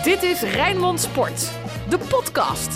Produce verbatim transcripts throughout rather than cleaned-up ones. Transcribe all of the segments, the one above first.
Dit is Rijnmond Sport, de podcast.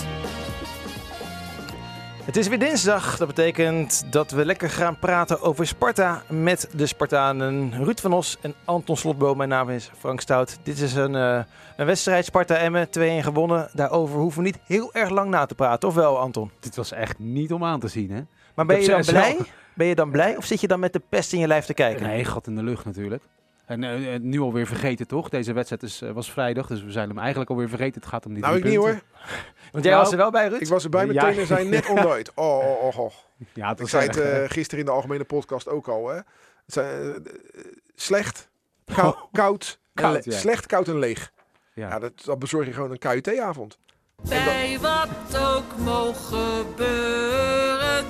Het is weer dinsdag. Dat betekent dat we lekker gaan praten over Sparta met de Spartanen. Ruud van Os en Anton Slotboom. Mijn naam is Frank Stout. Dit is een, uh, een wedstrijd. Sparta-Emmen, twee-een gewonnen. Daarover hoeven we niet heel erg lang na te praten. Of wel, Anton? Dit was echt niet om aan te zien, hè? Maar ben je dan blij? Zelf... Ben je dan blij of zit je dan met de pest in je lijf te kijken? Nee, gat in de lucht natuurlijk. En uh, nu alweer vergeten, toch? Deze wedstrijd is, uh, was vrijdag, dus we zijn hem eigenlijk alweer vergeten. Het gaat om die Nou, ik drie niet punten. hoor. Want jij nou, was er wel bij, Ruud? Ik was erbij met Ja. tenen zijn net ontdooid. Oh, oh, oh, oh. Ja, het Ik was zei het erg, uh, hè? gisteren in de algemene podcast ook al. Hè. Het zijn, uh, slecht, kou, koud, Koud, en le- ja. slecht, koud en leeg. Ja. Ja, dat, dat bezorg je gewoon een K U T-avond. Bij wat ook mogen gebeuren.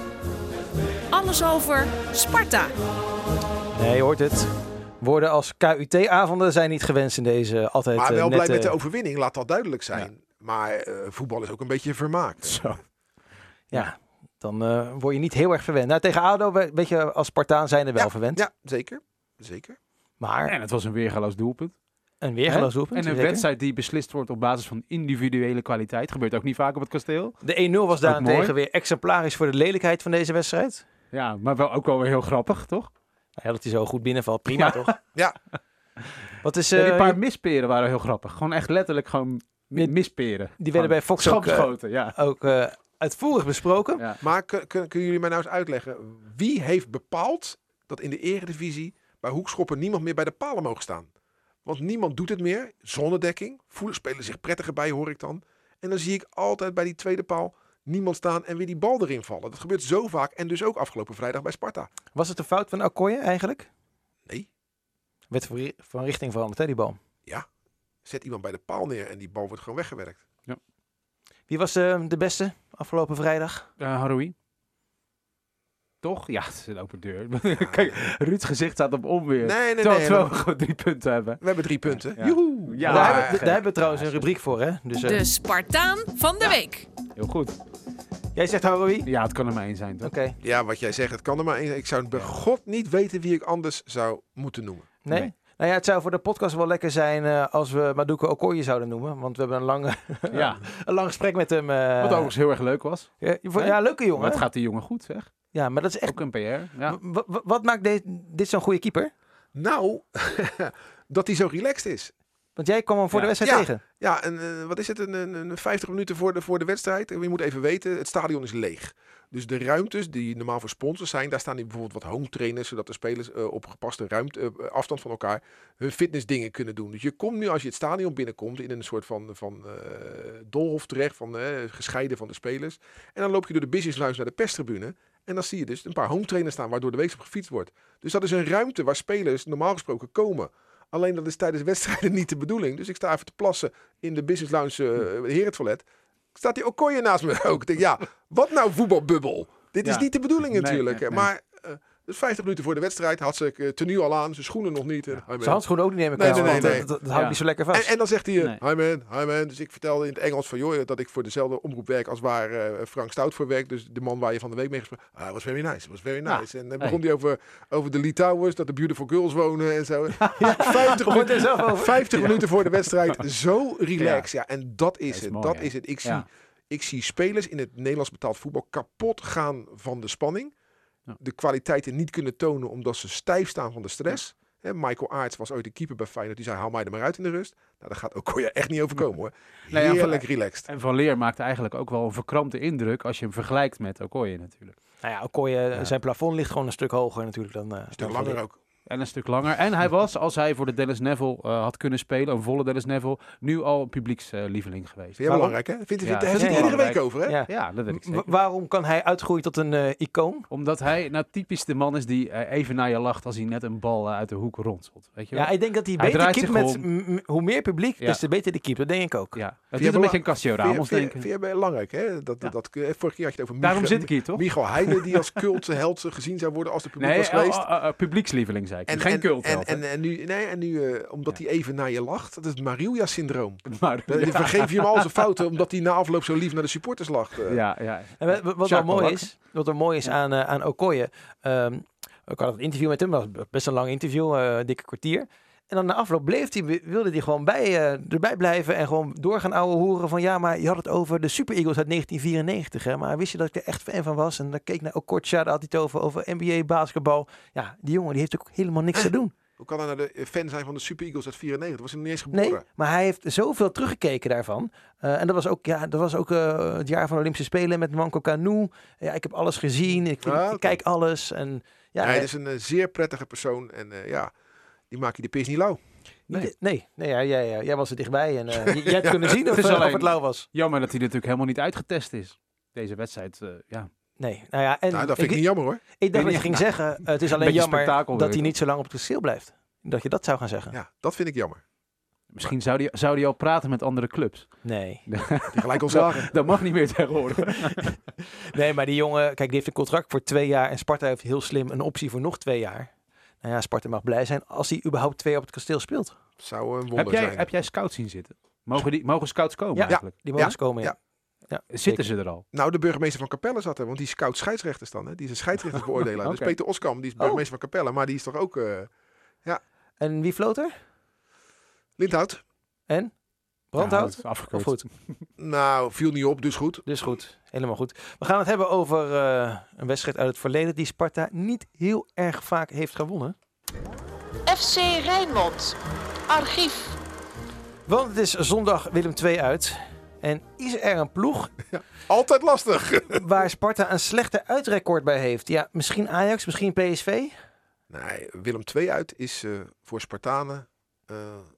Alles over Sparta. Nee, je hoort het. Woorden als K U T-avonden zijn niet gewenst in deze altijd Maar uh, wel blij nette... met de overwinning, laat dat duidelijk zijn. Ja. Maar uh, voetbal is ook een beetje vermaakt. Zo. Ja, dan uh, word je niet heel erg verwend. Nou, tegen ADO, weet je, als Spartaan zijn er wel Ja, verwend. Ja, zeker. Zeker. Maar En het was een weergaloos doelpunt. een weergeloos Hè? doelpunt. En een zeker. wedstrijd die beslist wordt op basis van individuele kwaliteit. Gebeurt ook niet vaak op het kasteel. De een nul was Dat is ook daarentegen mooi. weer exemplarisch voor de lelijkheid van deze wedstrijd. Ja, maar wel ook wel weer heel grappig, toch? Ja, dat hij zo goed binnenvalt, prima Ja. toch? Ja. Wat is, Ja, die uh, paar misperen waren heel grappig. Gewoon echt letterlijk gewoon mi- misperen. die werden bij Fox ook, uh, Schamschoten, ja. ook uh, uitvoerig besproken. ja. Maar kun- kun- kunnen jullie mij nou eens uitleggen, wie heeft bepaald dat in de Eredivisie bij hoekschoppen niemand meer bij de palen mogen staan? Want niemand doet het meer. Zonnedekking. Voelen spelen zich prettiger bij, hoor ik dan. En dan zie ik altijd bij die tweede paal niemand staan en weer die bal erin vallen. Dat gebeurt zo vaak en dus ook afgelopen vrijdag bij Sparta. Was het een fout van Okoye eigenlijk? Nee. Werd van ri- van richting veranderd, hè, die bal. Zet iemand bij de paal neer en die bal wordt gewoon weggewerkt. Wie was uh, de beste afgelopen vrijdag? Uh, Haroui. Toch? Ja, het is een open deur. Kijk, Ruud's gezicht staat op onweer. Nee, nee, Terwijl nee. terwijl We, we gewoon drie punten hebben. we hebben drie punten. Ja. Joehoe. Ja, daar, Maar- hebben, we- gek. daar hebben we trouwens Ja, een rubriek voor, hè? Dus, uh, De Spartaan van de week. Heel goed. jij zegt Haroui? Ja, het kan er maar één zijn, toch? Oké. Ja, wat jij zegt, het kan er maar één. Ik zou bij God niet weten wie ik anders zou moeten noemen. Nee? Nee. Nou ja, het zou voor de podcast wel lekker zijn uh, als we Maduka Okoye zouden noemen. Want we hebben een, lange, Ja. een lang gesprek met hem. Uh, Wat overigens heel erg leuk was. ja, je vond- Hè? ja, leuke jongen. Wat gaat die jongen goed, zeg. Ja, maar dat is echt... Ook een P R. Ja. W- w- wat maakt de- dit zo'n goede keeper? Nou, dat hij zo relaxed is. Want jij kwam hem voor Ja. de wedstrijd Ja. tegen. Ja, en uh, wat is het? Een, een, een vijftig minuten voor de, voor de wedstrijd. En je moet even weten, het stadion is leeg. Dus de ruimtes die normaal voor sponsors zijn, daar staan die bijvoorbeeld wat home trainers, zodat de spelers uh, op gepaste ruimte, uh, afstand van elkaar hun fitnessdingen kunnen doen. Dus je komt nu, als je het stadion binnenkomt, in een soort van, van uh, doolhof terecht, van, uh, gescheiden van de spelers. En dan loop je door de business lounge naar de perstribune. En dan zie je dus een paar home trainers staan, waardoor de weekschap gefietst wordt. Dus dat is een ruimte waar spelers normaal gesproken komen. Alleen dat is tijdens wedstrijden niet de bedoeling. Dus ik sta even te plassen in de business lounge uh, herentoilet. Staat die Okoye naast me ook. Ik denk, ja, wat nou voetbalbubbel? Dit is Ja. niet de bedoeling Nee, natuurlijk. nee, nee. Maar uh, dus vijftig minuten voor de wedstrijd had ze uh, tenue al aan. Zijn schoenen nog niet. En, hi, man. Zijn handschoenen ook niet nemen Nee, kan. nee, nee, want nee. Dat, dat, dat houdt Ja. niet zo lekker vast. en, en dan zegt hij, uh, Nee. hi man, hi man. Dus ik vertelde in het Engels van, joh, dat ik voor dezelfde omroep werk als waar uh, Frank Stout voor werkt. Dus de man waar je van de week mee gesproken. Ah, was very nice, was very Ja. nice. En dan begon hij over, over de Litouwers, dat de beautiful girls wonen en zo. Ja. vijftig Hoort minuten, er zelf over. vijftig minuten voor de wedstrijd, zo relaxed. Ja, en dat is is het, mooi, dat hè? is het. Ik zie, Ja. ik zie spelers in het Nederlands betaald voetbal kapot gaan van de spanning. Ja. De kwaliteiten niet kunnen tonen omdat ze stijf staan van de stress. Hè, Michael Aerts was ooit een keeper bij Feyenoord. Die zei, haal mij er maar uit in de rust. Nou, dat gaat Okoye echt niet overkomen hoor. Nee, ja, Heerlijk van- relaxed. En Van Leer maakte eigenlijk ook wel een verkrampte indruk als je hem vergelijkt met Okoye natuurlijk. Nou ja, Okoye, Ja. zijn plafond ligt gewoon een stuk hoger natuurlijk dan... Uh, Een stuk langer ook. En een stuk langer. En hij was, als hij voor de Dennis Neville uh, had kunnen spelen, een volle Dennis Neville, nu al een publiekslieveling geweest. Vind jij Waarom? belangrijk hè? Vindt, Ja, vindt, daar vind heeft ik het iedere belangrijk. week over hè? Ja. Ja, dat weet ik W- zeker. waarom kan hij uitgroeien tot een uh, icoon? Omdat hij nou typisch de man is die uh, even naar je lacht als hij net een bal uh, uit de hoek ronselt. Weet je wel? Ja, ik denk dat hij Hij beter draait keept zich met... om. m- m- hoe meer publiek, Ja. des te beter die keept. Dat denk ik ook. Ja. Het Vind is je een beetje een bela- Casio Vind, Ramos, vind, denk ik. vind jij belangrijk hè? Dat, Ja. dat, dat, vorige keer had je het over Daarom Michael, zit ik hier, toch? Michael Heide, die als cultheld gezien zou worden als de publiek Nee, was geweest. uh, uh, uh, publiekslieveling zei ik. En, Geen en, cult. en, en, en nu, nee, en nu uh, omdat Ja. hij even naar je lacht, dat is het Marilja-syndroom. maar, Dan ja. vergeef je hem al zijn fouten, omdat hij na afloop zo lief naar de supporters lacht. uh. Ja, ja. En wat, wat, wel Jacques mooi Polak. is, wat er mooi is aan, uh, aan Okoye... Um, ik had een interview met hem, dat was best een lang interview, uh, dikke kwartier. En dan na afloop bleef hij, wilde hij gewoon bij, uh, erbij blijven en gewoon doorgaan ouwe hoeren van ja, maar je had het over de Super Eagles uit negentien vierennegentig. Hè? Maar wist je dat ik er echt fan van was? En dan keek naar Okocha, daar had hij het over, over N B A basketbal. Ja, die jongen die heeft ook helemaal niks te doen. Hoe kan hij nou de fan zijn van de Super Eagles uit vierennegentig? Was hij nog niet eens geboren? Nee, maar hij heeft zoveel teruggekeken daarvan. Uh, en dat was ook, ja, dat was ook uh, het jaar van de Olympische Spelen met Manco Canu. Ja, ik heb alles gezien. Ik, vind, ah, ik, okay. ik kijk alles. En, ja, hij is een uh, zeer prettige persoon. En uh, ja, die maak je de pis niet lauw. Nee, nee, nee ja, ja, ja, jij was er dichtbij. En uh, j- jij hebt kunnen zien of, uh, of het lauw was. Jammer dat hij natuurlijk helemaal niet uitgetest is. Deze wedstrijd, uh, ja. Nee, nou ja. En nou, dat vind ik, ik niet jammer hoor. Ik dacht dat je ging nou, zeggen, uh, het is alleen jammer dat hij niet zo lang op het kasteel blijft. Dat je dat zou gaan zeggen. Ja, dat vind ik jammer. Misschien maar. zou hij zou die al praten met andere clubs. Nee. Die gelijk al zagen. Dat mag niet meer tegenwoordig. Nee, maar die jongen, kijk, die heeft een contract voor twee jaar. En Sparta heeft heel slim een optie voor nog twee jaar. Nou ja, Sparta mag blij zijn als hij überhaupt twee jaar op het kasteel speelt. Zou een wonder heb jij, zijn. Heb jij scouts zien zitten? Mogen, die, mogen scouts komen ja, eigenlijk? Ja, die mogen ja, komen, ja. ja. Ja, zitten ze er al? Nou, de burgemeester van Capelle zat er, want die scout scheidsrechters dan. Hè? Die is een scheidsrechtersbeoordelaar. okay. Dus Peter Oskam, die is burgemeester oh. van Capelle, maar die is toch ook... Uh, ja. En wie floot er? Lindhout. En? Brandhout? Ja, afgekeurd. Of goed? Nou, viel niet op, dus goed. Dus goed, helemaal goed. We gaan het hebben over uh, een wedstrijd uit het verleden die Sparta niet heel erg vaak heeft gewonnen. F C Rijnmond. Archief. Want het is zondag Willem twee uit. En is er een ploeg... Ja, altijd lastig. waar Sparta een slechte uitrecord bij heeft? Ja, misschien Ajax, misschien P S V? Nee, Willem twee uit is uh, voor Spartanen uh,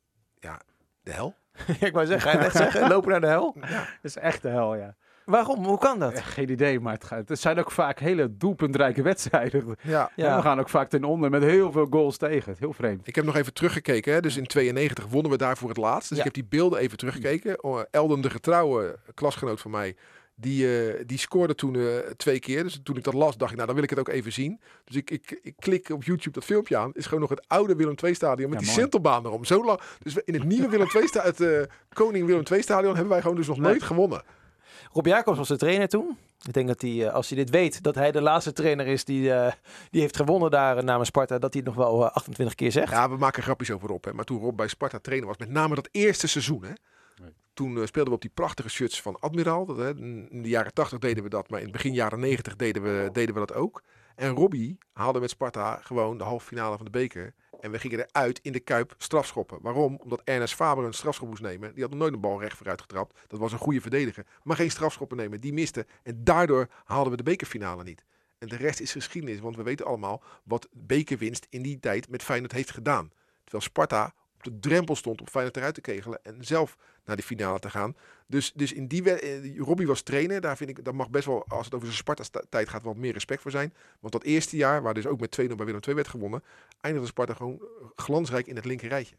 ja, de hel. Ik wou zeggen, ga je echt zeggen, lopen naar de hel? Ja, dat is echt de hel, ja. Waarom? Hoe kan dat? Ja, geen idee, maar het, gaat, het zijn ook vaak hele doelpuntrijke wedstrijden. Ja. Ja. We gaan ook vaak ten onder met heel veel goals tegen. Heel vreemd. Ik heb nog even teruggekeken. Hè. Dus in tweeënnegentig wonnen we daar voor het laatst. Dus ja. ik heb die beelden even teruggekeken. Oh, Elden de Getrouwe, klasgenoot van mij, die, uh, die scoorde toen uh, twee keer. Dus toen ik dat las, dacht ik, nou dan wil ik het ook even zien. Dus ik, ik, ik klik op YouTube dat filmpje aan. Is gewoon nog het oude Willem twee stadion met ja, die mooi. Sintelbaan erom. Zo lang. Dus in het nieuwe Willem twee sta- het uh, Koning Willem twee stadion hebben wij gewoon dus nog nee. nooit gewonnen. Rob Jacobs was de trainer toen. Ik denk dat hij, als hij dit weet, dat hij de laatste trainer is die, uh, die heeft gewonnen daar namens Sparta. Dat hij het nog wel uh, achtentwintig keer zegt. Ja, we maken grapjes over Rob. Hè. Maar toen Rob bij Sparta trainer was, met name dat eerste seizoen. Hè. Nee. Toen uh, speelden we op die prachtige shirts van Admiraal. Dat, hè, in de jaren tachtig deden we dat, maar in het begin jaren negentig deden we, deden we dat ook. En Robbie haalde met Sparta gewoon de halve finale van de beker. En we gingen eruit in de Kuip strafschoppen. Waarom? Omdat Ernest Faber een strafschop moest nemen. Die had nog nooit een bal recht vooruit getrapt. Dat was een goede verdediger. Maar geen strafschoppen nemen. Die miste. En daardoor haalden we de bekerfinale niet. En de rest is geschiedenis. Want we weten allemaal wat bekerwinst in die tijd met Feyenoord heeft gedaan. Terwijl Sparta op de drempel stond om Feyenoord eruit te kegelen. En zelf naar de finale te gaan. Dus, dus in die we- Robbie was trainer. Daar vind ik, dat mag best wel, als het over zijn Sparta-tijd gaat, wat meer respect voor zijn. Want dat eerste jaar, waar dus ook met twee nul bij Willem twee werd gewonnen, eindigde Sparta gewoon glansrijk in het linker rijtje.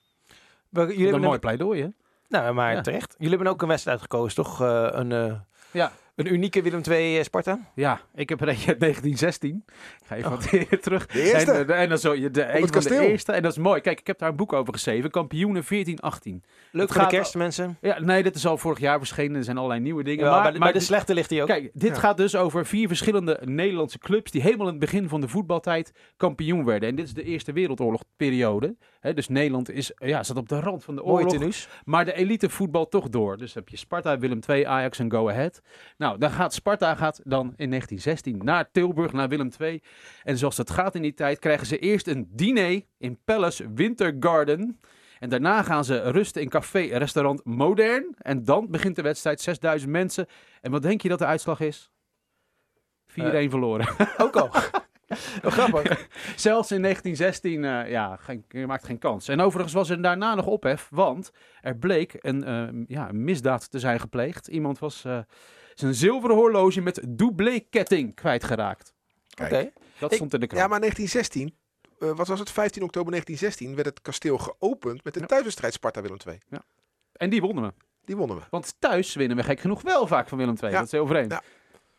Maar jullie een hebben mooi een... pleidooi, hè? Nou, maar Ja. terecht. Jullie hebben ook een wedstrijd uitgekozen, toch? Uh, een, uh, Ja. een unieke Willem twee Sparta? Ja, ik heb er eentje uit negentien zestien. Ik ga even Oh. wat eerder terug. De eerste? En, de, en dan zo, je- de, een van de kasteel. eerste. En dat is mooi. Kijk, ik heb daar een boek over geschreven. Kampioenen veertien achttien. Leuk Het voor de gaat- kerst, mensen. Ja, nee, dit is al vorig jaar verschenen. Er zijn allerlei nieuwe dingen. Ja, maar, maar, maar de slechte ligt hier ook. Kijk, dit Ja. gaat dus over vier verschillende Nederlandse clubs die helemaal in het begin van de voetbaltijd kampioen werden. En dit is de Eerste Wereldoorlogperiode. Hè, dus Nederland is, ja, zat op de rand van de Mooie oorlog. tenues. Maar de elite voetbal toch door. Dus heb je Sparta, Willem twee, Ajax en Go Ahead. Nou, dan gaat Sparta gaat dan in negentien zestien naar Tilburg, naar Willem twee. En zoals het gaat in die tijd krijgen ze eerst een diner in Palace Winter Garden. En daarna gaan ze rusten in café-restaurant Modern. En dan begint de wedstrijd, zesduizend mensen. En wat denk je dat de uitslag is? vier-een uh, verloren. Ook al. Oh, grappig. Zelfs in negentien zestien, uh, ja, geen, je maakt geen kans. En overigens was er daarna nog ophef, want er bleek een, uh, ja, een misdaad te zijn gepleegd. Iemand was uh, zijn zilveren horloge met doublé-ketting kwijtgeraakt. Oké. Okay. Dat Ik, stond in de krant. Ja, maar negentien zestien, uh, wat was het? vijftien oktober negentien zestien werd het kasteel geopend met de Ja. thuiswedstrijd Sparta Willem twee. En die wonnen we. Die wonnen we. Want thuis winnen we gek genoeg wel vaak van Willem twee. Ja. Dat is heel vreemd. Ja.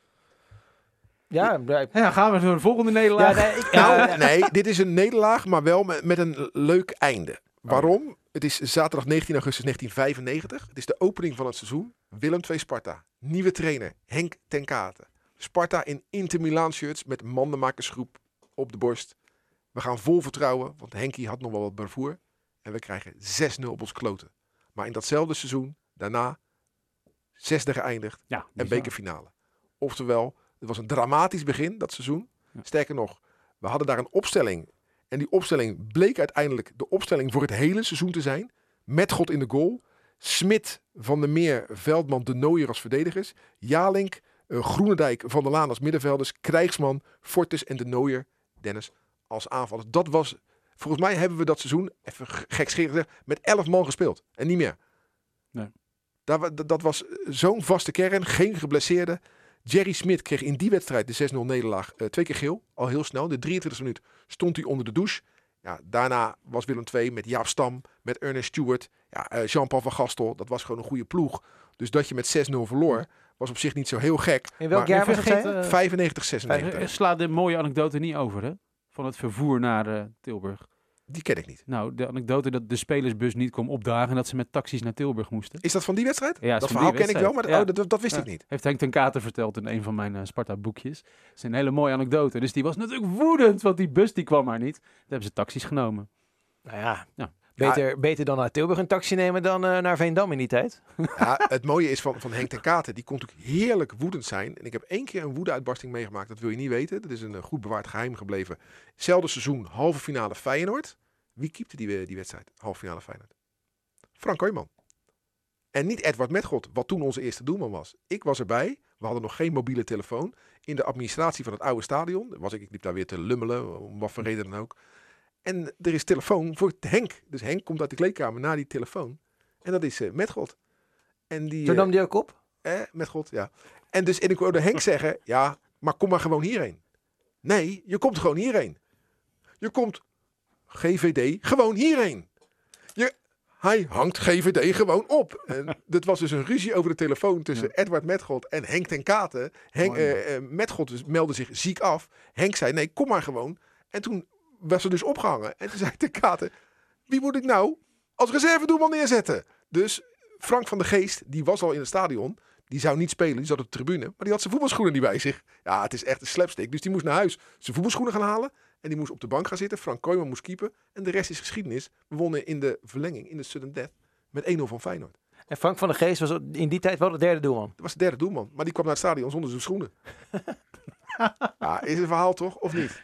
Ja, ja, Ja, gaan we naar de volgende nederlaag. ja, nee, ik, Nou, nee, dit is een nederlaag, maar wel met, met een leuk einde. Waarom? Het is zaterdag negentien augustus negentien vijfennegentig. Het is de opening van het seizoen. Willem twee Sparta. Nieuwe trainer Henk ten Katen. Sparta in Inter Milaan shirts met mandenmakersgroep op de borst. We gaan vol vertrouwen, want Henkie had nog wel wat bravoer. En we krijgen zes nul op ons kloten. Maar in datzelfde seizoen, daarna, zesde geëindigd Ja, en bizar. bekerfinale. Oftewel, het was een dramatisch begin, dat seizoen. Ja. Sterker nog, we hadden daar een opstelling. En die opstelling bleek uiteindelijk de opstelling voor het hele seizoen te zijn. Met God in de goal. Smit, Van der Meer, Veldman, De Nooijer als verdedigers. Jalink, uh, Groenendijk, Van der Laan als middenvelders. Krijgsman, Fortes en De Nooijer, Dennis, als aanvallers. Dat was, volgens mij hebben we dat seizoen, even gekscherend gezegd, met elf man gespeeld. En niet meer. Nee. Dat, dat, dat was zo'n vaste kern, geen geblesseerden. Jerry Smit kreeg in die wedstrijd de zes nul nederlaag uh, twee keer geel. Al heel snel. De drieëntwintigste minuut stond hij onder de douche. Ja, daarna was Willem twee met Jaap Stam, met Ernest Stewart, ja, uh, Jean-Paul van Gastel. Dat was gewoon een goede ploeg. Dus dat je met zes nul verloor, was op zich niet zo heel gek. In welk Maar jaar was het? vergeet, zei je? eh, vijfennegentig, zesennegentig. Eh, Sla de mooie anekdote niet over, hè? Van het vervoer naar eh, Tilburg. Die ken ik niet. Nou, de anekdote dat de spelersbus niet kwam opdagen en dat ze met taxis naar Tilburg moesten. Is dat van die wedstrijd? Ja, het dat is van verhaal die ken ik wel, maar wedstrijd. oh, dat, dat wist Ja. ik niet. Heeft Henk ten Katen verteld in een van mijn uh, Sparta-boekjes. Het is een hele mooie anekdote. Dus die was natuurlijk woedend, want die bus die kwam maar niet. Toen hebben ze taxis genomen. Nou ja, Ja. beter, beter dan naar Tilburg een taxi nemen dan uh, naar Veendam in die tijd. Ja, het mooie is van, van Henk ten Katen, die kon natuurlijk heerlijk woedend zijn. En ik heb één keer een woedeuitbarsting meegemaakt, dat wil je niet weten. Dat is een uh, goed bewaard geheim gebleven. Hetzelfde seizoen, halve finale Feyenoord. Wie keepte die, die wedstrijd, halve finale Feyenoord? Frank Kooijman. En niet Edward Metgod, wat toen onze eerste doelman was. Ik was erbij, we hadden nog geen mobiele telefoon. In de administratie van het oude stadion, was ik, ik liep daar weer te lummelen, om wat voor reden dan ook. En er is telefoon voor Henk. Dus Henk komt uit de kleedkamer naar die telefoon. En dat is uh, Metgod. En die, Zo uh, nam die ook op? eh, Metgod, ja. En dus en ik hoorde Henk zeggen, ja, maar kom maar gewoon hierheen. Nee, je komt gewoon hierheen. Je komt G V D gewoon hierheen. Je, hij hangt G V D gewoon op. En dit was dus een ruzie over de telefoon tussen Ja. Edward Metgod en Henk ten Katen. Henk, Mooi, man. uh, uh, Metgod dus meldde zich ziek af. Henk zei, nee, kom maar gewoon. En toen was er dus opgehangen. En toen zei ten Katen, wie moet ik nou als reservedoelman neerzetten? Dus Frank van der Geest, die was al in het stadion. Die zou niet spelen, die zat op de tribune. Maar die had zijn voetbalschoenen niet bij zich. Ja, het is echt een slapstick. Dus die moest naar huis zijn voetbalschoenen gaan halen. En die moest op de bank gaan zitten. Frank Kooijman moest keepen. En de rest is geschiedenis. We wonnen in de verlenging, in de sudden death, met één nul van Feyenoord. En Frank van der Geest was in die tijd wel de derde doelman. Dat was de derde doelman. Maar die kwam naar het stadion zonder zijn schoenen. Ja, is een verhaal toch? Of niet?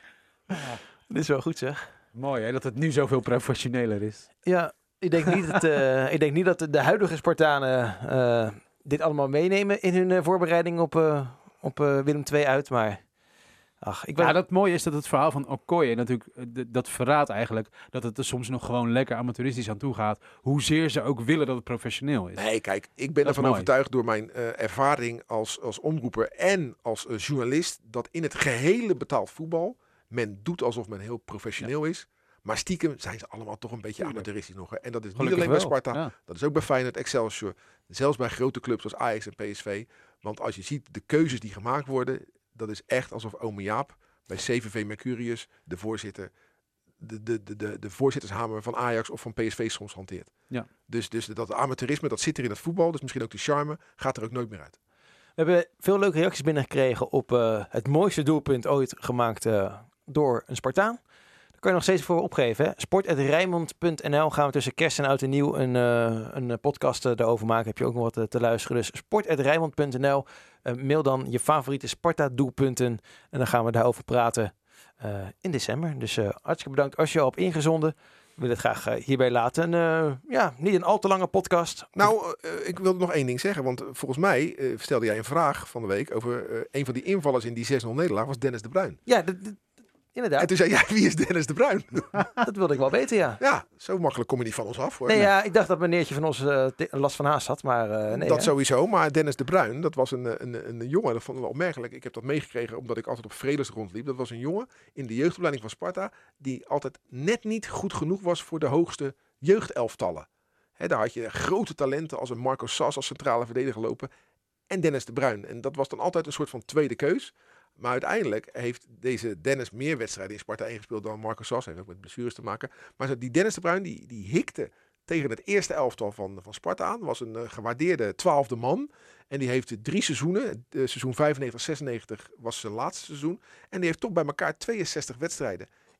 Dit is wel goed zeg. Mooi hè, dat het nu zoveel professioneler is. Ja, ik denk niet dat, uh, ik denk niet dat de, de huidige Spartanen uh, dit allemaal meenemen in hun uh, voorbereiding op, uh, op uh, Willem twee uit. Maar ach, ik ben... Ja, dat mooie is dat het verhaal van Okoye natuurlijk, uh, d- dat verraadt eigenlijk dat het er soms nog gewoon lekker amateuristisch aan toe gaat. Hoezeer ze ook willen dat het professioneel is. Nee, kijk, ik ben Dat is ervan mooi. overtuigd door mijn uh, ervaring als, als omroeper en als uh, journalist, dat in het gehele betaald voetbal men doet alsof men heel professioneel is. Maar stiekem zijn ze allemaal toch een beetje Tuurlijk. amateuristisch nog. Hè? En dat is Gelukkig niet alleen bij wel. Sparta, Ja. dat is ook bij Feyenoord, Excelsior. Zelfs bij grote clubs als Ajax en P S V. Want als je ziet de keuzes die gemaakt worden, dat is echt alsof ome Jaap bij C V V Mercurius, de voorzitter, de, de, de, de, de voorzittershamer van Ajax of van P S V soms hanteert. Ja. Dus, dus dat amateurisme, dat zit er in het voetbal. Dus misschien ook de charme, gaat er ook nooit meer uit. We hebben veel leuke reacties binnengekregen op uh, het mooiste doelpunt ooit gemaakt uh, door een Spartaan. Daar kan je nog steeds voor opgeven. sport at rijnmond punt n l gaan we tussen kerst en oud en nieuw een, uh, een podcast uh, daarover maken. Heb je ook nog wat uh, te luisteren. Dus sport at rijnmond punt n l. Uh, mail dan je favoriete Sparta doelpunten. En dan gaan we daarover praten uh, in december. Dus uh, hartstikke bedankt als je al hebt ingezonden. We willen het graag uh, hierbij laten. Uh, ja, niet een al te lange podcast. Nou, uh, ik wilde nog één ding zeggen. Want uh, volgens mij uh, stelde jij een vraag van de week over uh, een van die invallers in die zes nul nederlaag was Dennis de Bruin. Ja, d- d- inderdaad. En toen zei jij, wie is Dennis de Bruin? Dat wilde ik wel weten, ja. Ja, zo makkelijk kom je niet van ons af hoor. Nee, ja, ik dacht dat meneertje van ons uh, te- last van haast had, maar uh, nee. dat hè? sowieso, maar Dennis de Bruin, dat was een, een, een jongen, dat vond ik wel opmerkelijk. Ik heb dat meegekregen omdat ik altijd op Vredes rondliep. Dat was een jongen in de jeugdopleiding van Sparta, die altijd net niet goed genoeg was voor de hoogste jeugdelftallen. Hè, daar had je grote talenten als een Marco Sas als centrale verdediger lopen en Dennis de Bruin. En dat was dan altijd een soort van tweede keus. Maar uiteindelijk heeft deze Dennis meer wedstrijden in Sparta ingespeeld dan Marco Sas. Heeft ook met blessures te maken. Maar die Dennis de Bruin, die, die hikte tegen het eerste elftal van, van Sparta aan. Was een uh, gewaardeerde twaalfde man. En die heeft drie seizoenen. Uh, seizoen vijfennegentig, zesennegentig was zijn laatste seizoen. En die heeft toch bij elkaar tweeënzestig wedstrijden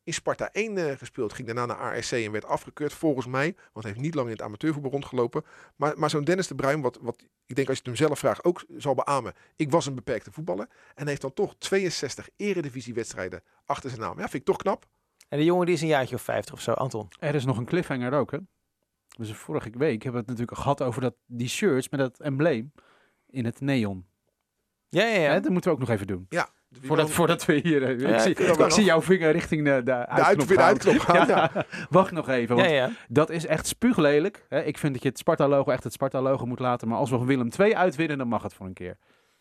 in Sparta één uh, gespeeld. Ging daarna naar A R C en werd afgekeurd volgens mij. Want hij heeft niet lang in het amateurvoetbal rondgelopen. Maar, maar zo'n Dennis de Bruin, wat, wat ik denk als je het hem zelf vraagt, ook zal beamen. Ik was een beperkte voetballer. En heeft dan toch tweeënzestig eredivisiewedstrijden achter zijn naam. Ja, vind ik toch knap. En die jongen die is een jaartje of vijftig of zo, Anton. Er is nog een cliffhanger ook, hè? Dus vorige week hebben we het natuurlijk gehad over dat, die shirts met dat embleem in het neon. Ja, ja, ja. Hè, dat moeten we ook nog even doen. Ja. Voordat, voordat we hier... Uh, Ja, ik zie, ik ik zie jouw vinger richting de, de De uitknop uit, gaan. uitknop gaan. Ja. Ja. Wacht nog even, Ja, want ja. dat is echt spuuglelijk. Hè? Ik vind dat je het Sparta-logo echt het Sparta-logo moet laten. Maar als we Willem twee uitwinnen, dan mag het voor een keer.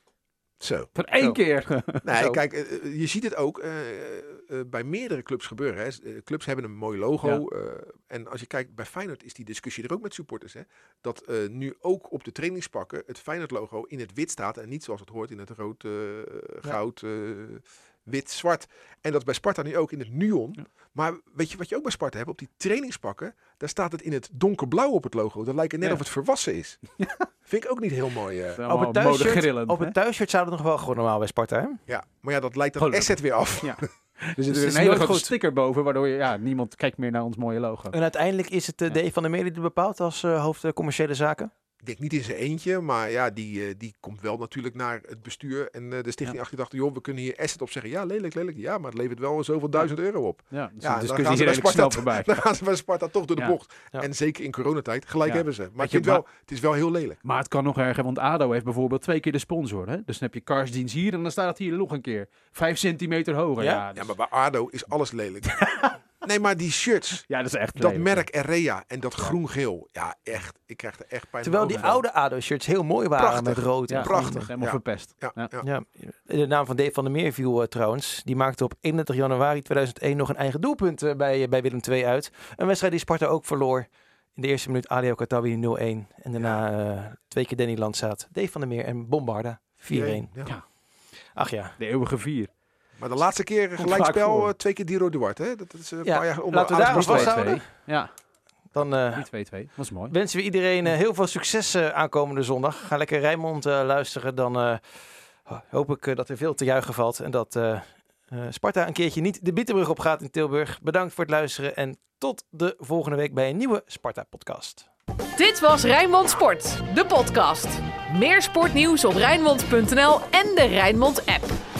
Zo. Voor één Zo. keer. Nee, Zo. kijk, uh, je ziet het ook uh, uh, bij meerdere clubs gebeuren. Hè. Uh, clubs hebben een mooi logo. Ja. Uh, en als je kijkt, bij Feyenoord is die discussie er ook met supporters. Hè, dat uh, nu ook op de trainingspakken het Feyenoord-logo in het wit staat. En niet zoals het hoort in het rood, uh, goud, uh, wit, zwart. En dat is bij Sparta nu ook in het neon. Ja. Maar weet je wat je ook bij Sparta hebt? Op die trainingspakken, daar staat het in het donkerblauw op het logo. Dat lijkt het net Ja. of het verwassen is. Vind ik ook niet heel mooi. Uh. Op het, thuisshirt, grillend, op het thuisshirt zou het nog wel gewoon normaal bij Sparta, hè? Ja, maar ja, dat lijkt dan Gelukkig. asset weer af. Ja. Er zit Dus weer het een is hele nooit grote goed. sticker boven, waardoor je, ja, niemand kijkt meer naar ons mooie logo. En uiteindelijk is het uh, Ja. Dave van der Meer die het bepaalt als uh, hoofd uh, commerciële zaken. Ik denk niet in zijn eentje, maar ja, die, uh, die komt wel natuurlijk naar het bestuur en uh, de stichting Ja. achter. Dachten, joh, we kunnen hier asset op zeggen. Ja, lelijk, lelijk. Ja, maar het levert wel zoveel duizend euro op. Ja, dus Ja, de dan discussie gaan is ze bij redelijk snel Sparta, voorbij. dan gaan ze bij Sparta toch door de Ja. bocht. Ja. En zeker in coronatijd, gelijk Ja. hebben ze. Maar, Weet ik je, vind wel, het is wel heel lelijk. Maar het kan nog erger, want ADO heeft bijvoorbeeld twee keer de sponsor. Hè? Dus dan heb je Karsdienst hier en dan staat het hier nog een keer. Vijf centimeter hoger. Ja? Ja, Ja, dus- maar bij ADO is alles lelijk. Nee, maar die shirts, ja, dat is echt dat lelijk. merk Erea en dat groen-geel. Ja, echt. Ik krijg er echt pijn Terwijl in die mijn ogen oude ADO-shirts heel mooi waren Prachtig. met rood en Ja, groen. prachtig. gewoon Helemaal Ja. verpest. van. Ja. Ja, ja. Ja, de naam van Dave van der Meer viel uh, trouwens. Die maakte op eenendertig januari tweeduizend één nog een eigen doelpunt uh, bij, bij Willem twee uit. Een wedstrijd die Sparta ook verloor. In de eerste minuut Adeo Katawi nul een. En daarna uh, twee keer Danny Landzaat, Dave van der Meer en Bombarda vier een. Ja. Ja. Ach ja. De eeuwige vier. Maar de laatste keer vaak gelijkspel, voor. uh, twee keer Diro Duarte. Hè? Dat is uh, een Ja, paar jaar onder laten we daar Alex ons Pastoor. vasthouden. Ja, Dan uh, niet twee-twee. Dat is mooi. wensen we iedereen uh, heel veel succes uh, aankomende zondag. Ga lekker Rijnmond uh, luisteren. Dan uh, hoop ik uh, dat er veel te juichen valt. En dat uh, uh, Sparta een keertje niet de Bietenbrug op gaat in Tilburg. Bedankt voor het luisteren. En tot de volgende week bij een nieuwe Sparta-podcast. Dit was Rijnmond Sport, de podcast. Meer sportnieuws op Rijnmond punt n l en de Rijnmond app.